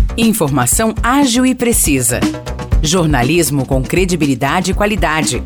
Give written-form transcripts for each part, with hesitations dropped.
Informação ágil e precisa. Jornalismo com credibilidade e qualidade.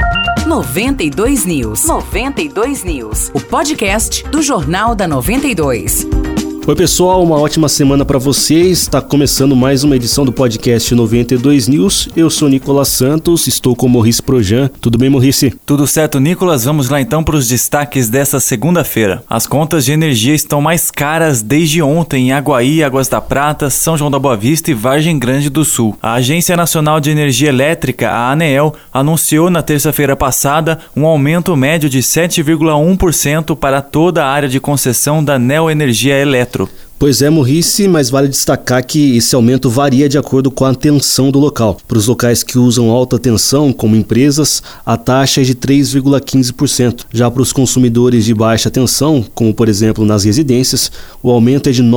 92 News. 92 News. O podcast do Jornal da 92. Oi pessoal, uma ótima semana para vocês. Está começando mais uma edição do podcast 92 News. Eu sou Nicolas Santos, estou com o Maurice Projan. Tudo bem, Maurice? Tudo certo, Nicolas. Vamos lá então para os destaques dessa segunda-feira. As contas de energia estão mais caras desde ontem em Aguaí, Águas da Prata, São João da Boa Vista e Vargem Grande do Sul. A Agência Nacional de Energia Elétrica, a ANEEL, anunciou na terça-feira passada um aumento médio de 7,1% para toda a área de concessão da Neoenergia Eletro. Pois é, Maurice, mas vale destacar que esse aumento varia de acordo com a tensão do local. Para os locais que usam alta tensão, como empresas, a taxa é de 3,15%. Já para os consumidores de baixa tensão, como por exemplo nas residências, o aumento é de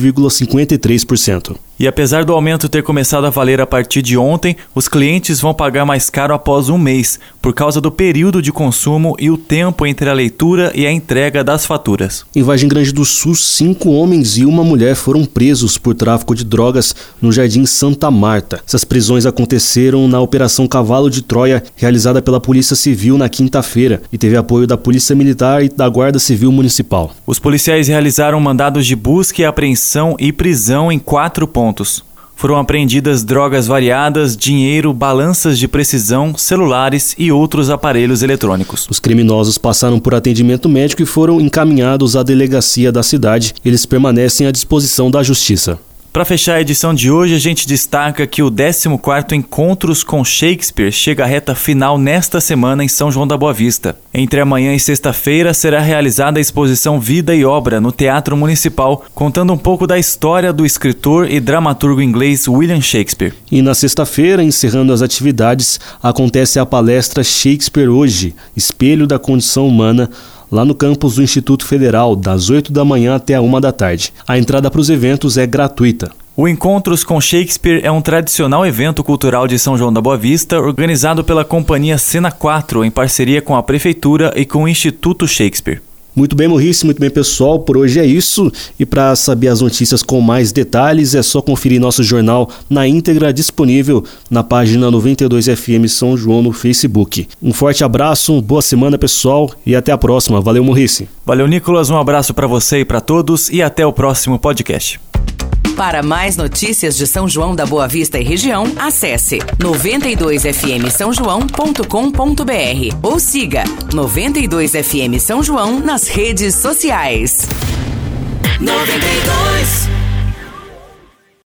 9,53%. E apesar do aumento ter começado a valer a partir de ontem, os clientes vão pagar mais caro após um mês, por causa do período de consumo e o tempo entre a leitura e a entrega das faturas. Em Vargem Grande do Sul, 5 homens e uma mulher foram presos por tráfico de drogas no Jardim Santa Marta. Essas prisões aconteceram na Operação Cavalo de Troia, realizada pela Polícia Civil na quinta-feira, e teve apoio da Polícia Militar e da Guarda Civil Municipal. Os policiais realizaram mandados de busca e apreensão e prisão em 4 pontos. Foram apreendidas drogas variadas, dinheiro, balanças de precisão, celulares e outros aparelhos eletrônicos. Os criminosos passaram por atendimento médico e foram encaminhados à delegacia da cidade. Eles permanecem à disposição da Justiça. Para fechar a edição de hoje, a gente destaca que o 14º Encontros com Shakespeare chega à reta final nesta semana em São João da Boa Vista. Entre amanhã e sexta-feira será realizada a exposição Vida e Obra no Teatro Municipal, contando um pouco da história do escritor e dramaturgo inglês William Shakespeare. E na sexta-feira, encerrando as atividades, acontece a palestra Shakespeare Hoje, Espelho da Condição Humana, lá no campus do Instituto Federal, das 8 da manhã até a 1 da tarde. A entrada para os eventos é gratuita. O Encontros com Shakespeare é um tradicional evento cultural de São João da Boa Vista, organizado pela companhia Cena 4, em parceria com a Prefeitura e com o Instituto Shakespeare. Muito bem, Maurice, muito bem, pessoal. Por hoje é isso. E para saber as notícias com mais detalhes, é só conferir nosso jornal na íntegra, disponível na página 92FM São João no Facebook. Um forte abraço, boa semana, pessoal, e até a próxima. Valeu, Maurice. Valeu, Nicolas. Um abraço para você e para todos e até o próximo podcast. Para mais notícias de São João da Boa Vista e região, acesse 92fmsaojão.com.br ou siga 92FM São João nas redes sociais. 92